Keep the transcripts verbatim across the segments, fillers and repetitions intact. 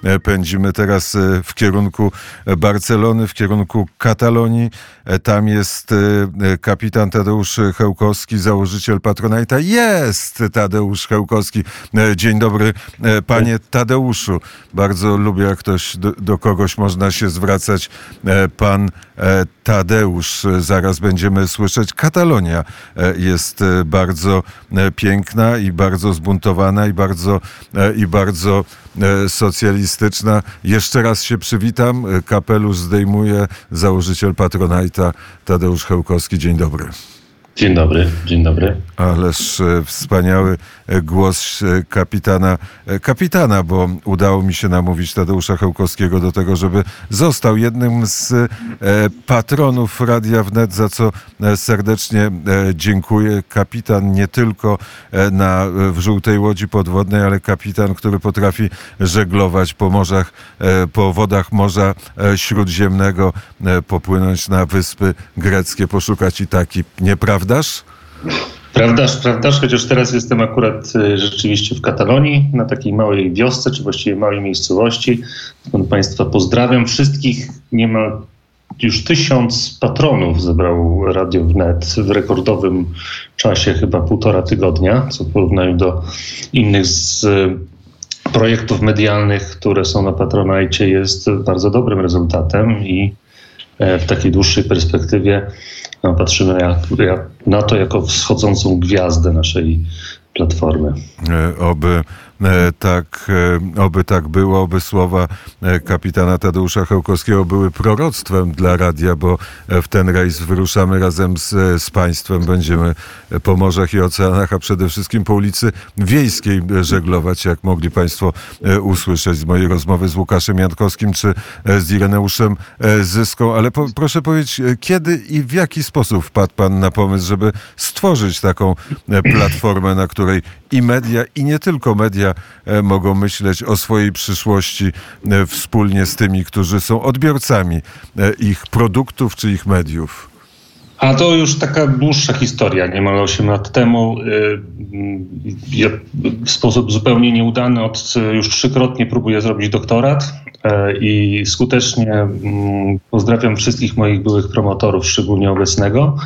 pędzimy teraz w kierunku Barcelony, w kierunku Katalonii. Tam jest kapitan Tadeusz Chełkowski, założyciel Patronite'a. Jest Tadeusz Chełkowski. Dzień dobry, panie Tadeuszu. Bardzo lubię, jak ktoś, do, do kogoś można się zwracać. Pan Tadeusz, zaraz będziemy słyszeć. Katalonia jest bardzo piękna i bardzo zbuntowana i bardzo, i bardzo socjalistyczna. Jeszcze raz się przywitam. Kapelusz zdejmuje założyciel Patronite'a Tadeusz Chełkowski. Dzień dobry. Dzień dobry, dzień dobry. Ależ wspaniały głos kapitana, kapitana, bo udało mi się namówić Tadeusza Chełkowskiego do tego, żeby został jednym z patronów Radia Wnet, za co serdecznie dziękuję. Kapitan nie tylko na, w żółtej łodzi podwodnej, ale kapitan, który potrafi żeglować po morzach, po wodach Morza Śródziemnego, popłynąć na wyspy greckie, poszukać Itaki. Nieprawda? Prawdaż? Prawdaż, prawdaż, chociaż teraz jestem akurat rzeczywiście w Katalonii, na takiej małej wiosce, czy właściwie małej miejscowości, skąd Państwa pozdrawiam. Wszystkich niemal już tysiąc patronów zebrał Radio Wnet w rekordowym czasie, chyba półtora tygodnia, co w porównaniu do innych z projektów medialnych, które są na Patronite, jest bardzo dobrym rezultatem i w takiej dłuższej perspektywie no, patrzymy na, na to jako wschodzącą gwiazdę naszej platformy. Oby tak, oby tak było, oby słowa kapitana Tadeusza Chełkowskiego były proroctwem dla radia, bo w ten rejs wyruszamy razem z, z państwem. Będziemy po morzach i oceanach, a przede wszystkim po ulicy Wiejskiej żeglować, jak mogli Państwo usłyszeć z mojej rozmowy z Łukaszem Jankowskim czy z Ireneuszem Zyską. Ale po, proszę powiedzieć, kiedy i w jaki sposób wpadł Pan na pomysł, żeby stworzyć taką platformę, na której i media, i nie tylko media mogą myśleć o swojej przyszłości wspólnie z tymi, którzy są odbiorcami ich produktów czy ich mediów? A to już taka dłuższa historia, niemal osiem lat temu. Ja w sposób zupełnie nieudany od już trzykrotnie próbuję zrobić doktorat i skutecznie pozdrawiam wszystkich moich byłych promotorów, szczególnie obecnego.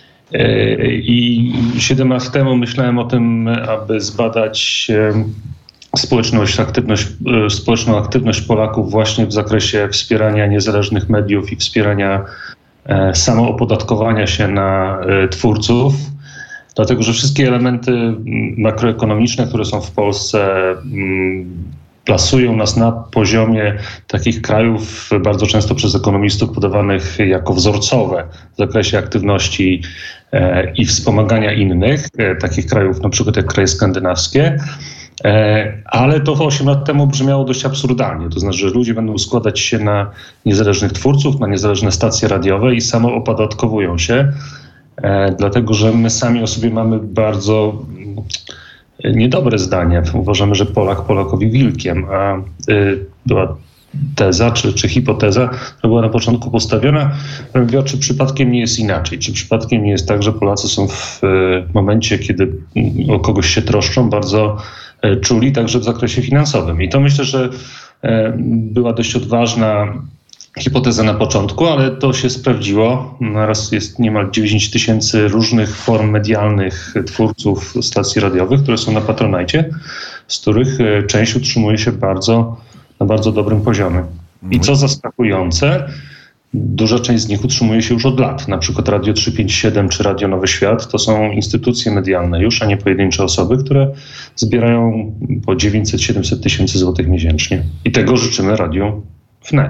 I siedem lat temu myślałem o tym, aby zbadać społeczność, aktywność, społeczną aktywność Polaków właśnie w zakresie wspierania niezależnych mediów i wspierania samoopodatkowania się na twórców. Dlatego, że wszystkie elementy makroekonomiczne, które są w Polsce, plasują nas na poziomie takich krajów bardzo często przez ekonomistów podawanych jako wzorcowe w zakresie aktywności i wspomagania innych, takich krajów na przykład jak kraje skandynawskie. Ale to osiem lat temu brzmiało dość absurdalnie. To znaczy, że ludzie będą składać się na niezależnych twórców, na niezależne stacje radiowe i samo opodatkowują się, dlatego że my sami o sobie mamy bardzo niedobre zdanie. Uważamy, że Polak Polakowi wilkiem, a była teza czy, czy hipoteza, która była na początku postawiona, mówiła, czy przypadkiem nie jest inaczej, czy przypadkiem nie jest tak, że Polacy są w momencie, kiedy o kogoś się troszczą, bardzo czuli także w zakresie finansowym. I to myślę, że była dość odważna hipoteza na początku, ale to się sprawdziło. Naraz jest niemal dziewięćdziesiąt tysięcy różnych form medialnych twórców stacji radiowych, które są na Patronite, z których część utrzymuje się bardzo, na bardzo dobrym poziomie. I co zaskakujące, duża część z nich utrzymuje się już od lat. Na przykład Radio trzysta pięćdziesiąt siedem czy Radio Nowy Świat to są instytucje medialne już, a nie pojedyncze osoby, które zbierają po dziewięćset siedemset tysięcy złotych miesięcznie. I tego życzymy Radiu Wnet.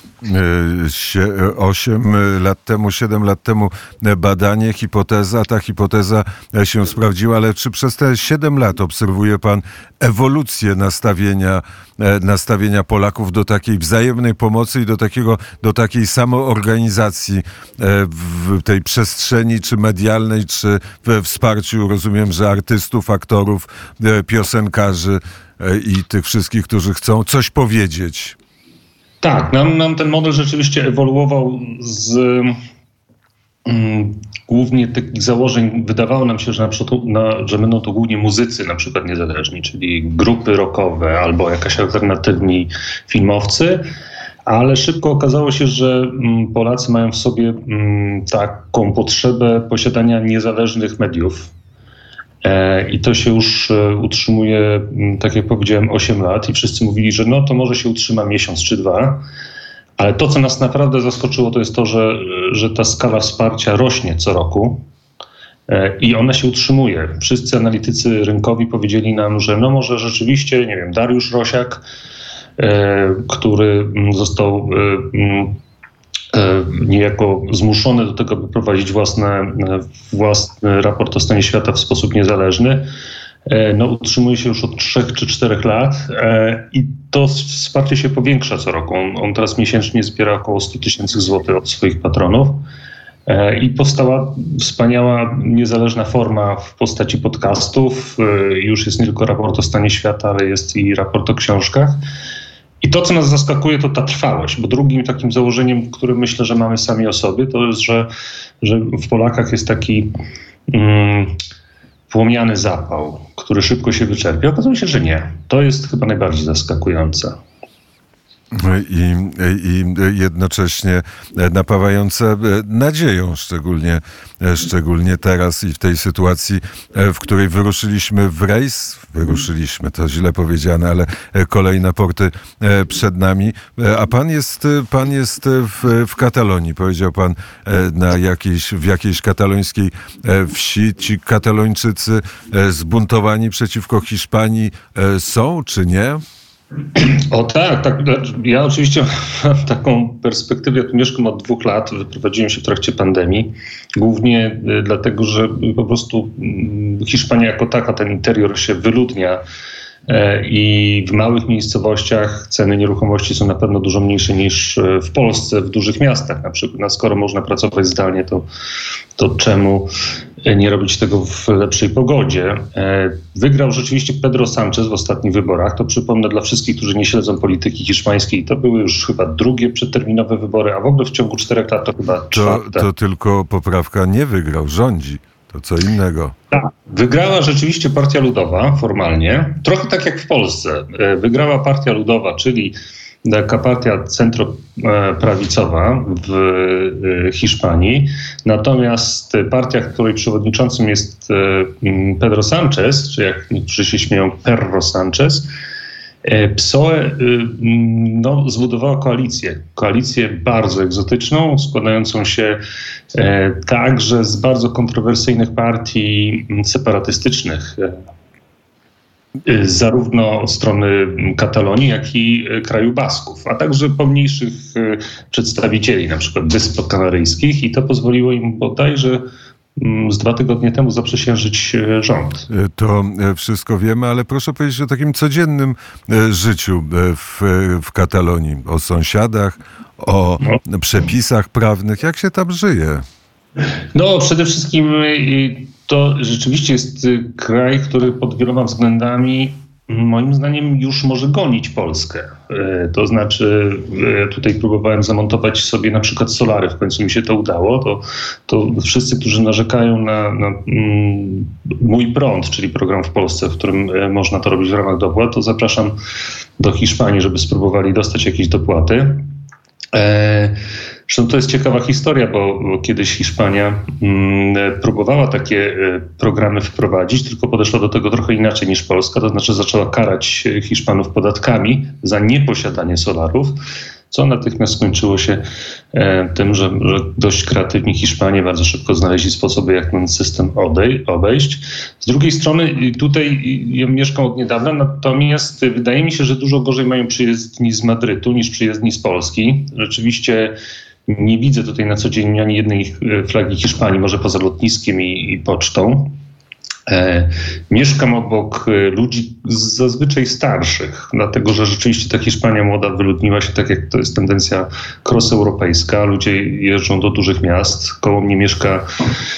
osiem lat temu, siedem lat temu badanie, hipoteza, ta hipoteza się sprawdziła, ale czy przez te siedem lat obserwuje Pan ewolucję nastawienia, nastawienia Polaków do takiej wzajemnej pomocy i do takiego, do takiej samoorganizacji w tej przestrzeni, czy medialnej, czy we wsparciu, rozumiem, że artystów, aktorów, piosenkarzy i tych wszystkich, którzy chcą coś powiedzieć? Tak, nam, nam ten model rzeczywiście ewoluował z, Głównie takich założeń wydawało nam się, że, na przykład, na, że będą to głównie muzycy na przykład niezależni, czyli grupy rockowe albo jakaś alternatywni filmowcy, ale szybko okazało się, że Polacy mają w sobie taką potrzebę posiadania niezależnych mediów. I to się już utrzymuje, tak jak powiedziałem, osiem lat i wszyscy mówili, że no to może się utrzyma miesiąc czy dwa. Ale to, co nas naprawdę zaskoczyło, to jest to, że, że ta skala wsparcia rośnie co roku i ona się utrzymuje. Wszyscy analitycy rynkowi powiedzieli nam, że no może rzeczywiście, nie wiem, Dariusz Rosiak, który został niejako zmuszony do tego, by prowadzić własne, własny raport o stanie świata w sposób niezależny, no, utrzymuje się już od trzech czy czterech lat i to wsparcie się powiększa co roku. On, on teraz miesięcznie zbiera około sto tysięcy złotych od swoich patronów i powstała wspaniała, niezależna forma w postaci podcastów. Już jest nie tylko raport o stanie świata, ale jest i raport o książkach. I to, co nas zaskakuje, to ta trwałość, bo drugim takim założeniem, które myślę, że mamy sami o sobie, to jest, że, że w Polakach jest taki mm, płomiany zapał, który szybko się wyczerpie. Okazuje się, że nie. To jest chyba najbardziej zaskakujące. I, i jednocześnie napawające nadzieją, szczególnie, szczególnie teraz i w tej sytuacji, w której wyruszyliśmy w rejs. Wyruszyliśmy, to źle powiedziane, ale kolejne porty przed nami. A pan jest, pan jest w, w Katalonii. Powiedział pan na jakiejś, w jakiejś katalońskiej wsi. Ci Katalończycy zbuntowani przeciwko Hiszpanii są, czy nie? O tak, tak. Ja oczywiście mam taką perspektywę, ja tu mieszkam od dwóch lat, wyprowadziłem się w trakcie pandemii, głównie dlatego, że po prostu Hiszpania jako taka, ten interior się wyludnia i w małych miejscowościach ceny nieruchomości są na pewno dużo mniejsze niż w Polsce, w dużych miastach na przykład. No, skoro można pracować zdalnie, to, to czemu nie robić tego w lepszej pogodzie? Wygrał rzeczywiście Pedro Sánchez w ostatnich wyborach. To przypomnę dla wszystkich, którzy nie śledzą polityki hiszpańskiej. To były już chyba drugie przedterminowe wybory, a w ogóle w ciągu czterech lat to chyba czwarte. To, to tylko poprawka, nie wygrał, rządzi. To co innego. Tak. Wygrała rzeczywiście Partia Ludowa formalnie, trochę tak jak w Polsce. Wygrała Partia Ludowa, czyli taka partia centroprawicowa w Hiszpanii. Natomiast partia, której przewodniczącym jest Pedro Sánchez, czy jak niektórzy się śmieją, Perro Sánchez, P S O E no, zbudowała koalicję. Koalicję bardzo egzotyczną, składającą się e, także z bardzo kontrowersyjnych partii separatystycznych, e, zarówno strony Katalonii, jak i kraju Basków, a także pomniejszych e, przedstawicieli, na przykład Wysp Kanaryjskich, i to pozwoliło im bodajże z dwa tygodnie temu zaprzysiężyć rząd. To wszystko wiemy, ale proszę powiedzieć o takim codziennym życiu w, w Katalonii, o sąsiadach, o no. przepisach prawnych. Jak się tam żyje? No przede wszystkim to rzeczywiście jest kraj, który pod wieloma względami moim zdaniem już może gonić Polskę. To znaczy, tutaj próbowałem zamontować sobie na przykład solary, w końcu mi się to udało. To, to wszyscy, którzy narzekają na, na mm, Mój Prąd, czyli program w Polsce, w którym można to robić w ramach dopłat, to zapraszam do Hiszpanii, żeby spróbowali dostać jakieś dopłaty. E, Zresztą to jest ciekawa historia, bo, bo kiedyś Hiszpania mm, próbowała takie y, programy wprowadzić, tylko podeszła do tego trochę inaczej niż Polska, to znaczy zaczęła karać Hiszpanów podatkami za nieposiadanie solarów, co natychmiast skończyło się e, tym, że, że dość kreatywni Hiszpanie bardzo szybko znaleźli sposoby, jak ten system odej- obejść. Z drugiej strony tutaj ja mieszkam od niedawna, natomiast wydaje mi się, że dużo gorzej mają przyjezdni z Madrytu niż przyjezdni z Polski. Rzeczywiście nie widzę tutaj na co dzień ani jednej flagi Hiszpanii, może poza lotniskiem i, i pocztą. E, mieszkam obok ludzi zazwyczaj starszych, dlatego że rzeczywiście ta Hiszpania młoda wyludniła się, tak jak to jest tendencja cross-europejska. Ludzie jeżdżą do dużych miast. Koło mnie mieszka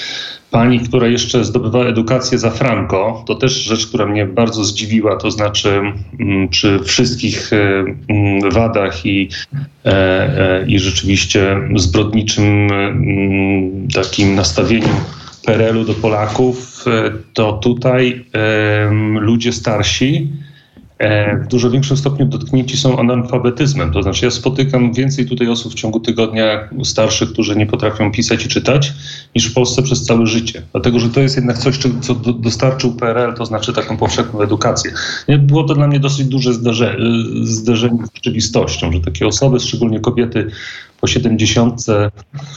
pani, która jeszcze zdobywała edukację za franco, to też rzecz, która mnie bardzo zdziwiła, to znaczy m, przy wszystkich e, m, wadach i, e, e, i rzeczywiście zbrodniczym m, takim nastawieniu P R L u do Polaków, e, to tutaj e, ludzie starsi w dużo większym stopniu dotknięci są analfabetyzmem. To znaczy ja spotykam więcej tutaj osób w ciągu tygodnia starszych, którzy nie potrafią pisać i czytać, niż w Polsce przez całe życie. Dlatego, że to jest jednak coś, co dostarczył P R L, to znaczy taką powszechną edukację. Było to dla mnie dosyć duże zdarzenie, zderzenie z rzeczywistością, że takie osoby, szczególnie kobiety po siedemdziesiątce,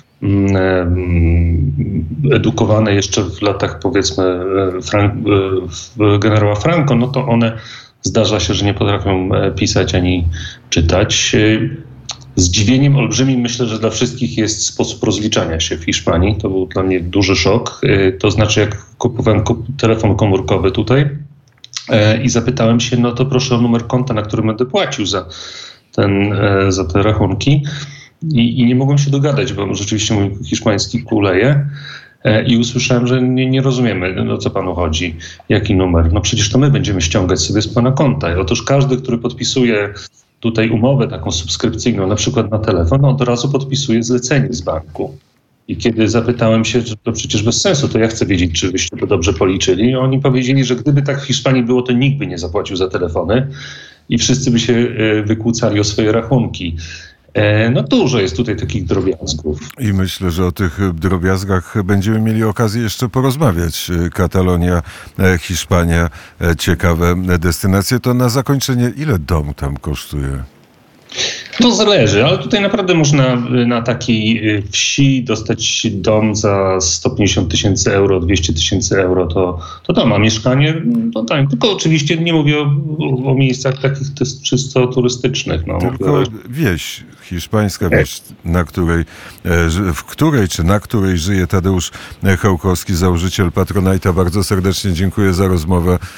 edukowane jeszcze w latach, powiedzmy, Frank, generała Franco, no to one zdarza się, że nie potrafią pisać ani czytać. Zdziwieniem olbrzymim myślę, że dla wszystkich jest sposób rozliczania się w Hiszpanii. To był dla mnie duży szok. To znaczy, jak kupowałem telefon komórkowy tutaj i zapytałem się, no to proszę o numer konta, na którym będę płacił za, ten, za te rachunki. I, I nie mogłem się dogadać, bo rzeczywiście mój hiszpański kuleje. I usłyszałem, że nie, nie rozumiemy, o co panu chodzi, jaki numer. No przecież to my będziemy ściągać sobie z pana konta. Otóż każdy, który podpisuje tutaj umowę taką subskrypcyjną, na przykład na telefon, no od razu podpisuje zlecenie z banku. I kiedy zapytałem się, że to przecież bez sensu, to ja chcę wiedzieć, czy byście to dobrze policzyli. I oni powiedzieli, że gdyby tak w Hiszpanii było, to nikt by nie zapłacił za telefony i wszyscy by się wykłócali o swoje rachunki. No dużo jest tutaj takich drobiazgów. I myślę, że o tych drobiazgach będziemy mieli okazję jeszcze porozmawiać. Katalonia, Hiszpania, ciekawe destynacje. To na zakończenie, ile dom tam kosztuje? To zależy, ale tutaj naprawdę można na takiej wsi dostać dom za sto pięćdziesiąt tysięcy euro, dwieście tysięcy euro, to, to dom, a mieszkanie to tak. Tylko oczywiście nie mówię o, o miejscach takich czysto turystycznych. No. Tylko wieś, hiszpańska wieś, na której, w której czy na której żyje Tadeusz Chełkowski, założyciel Patronite'a. Bardzo serdecznie dziękuję za rozmowę.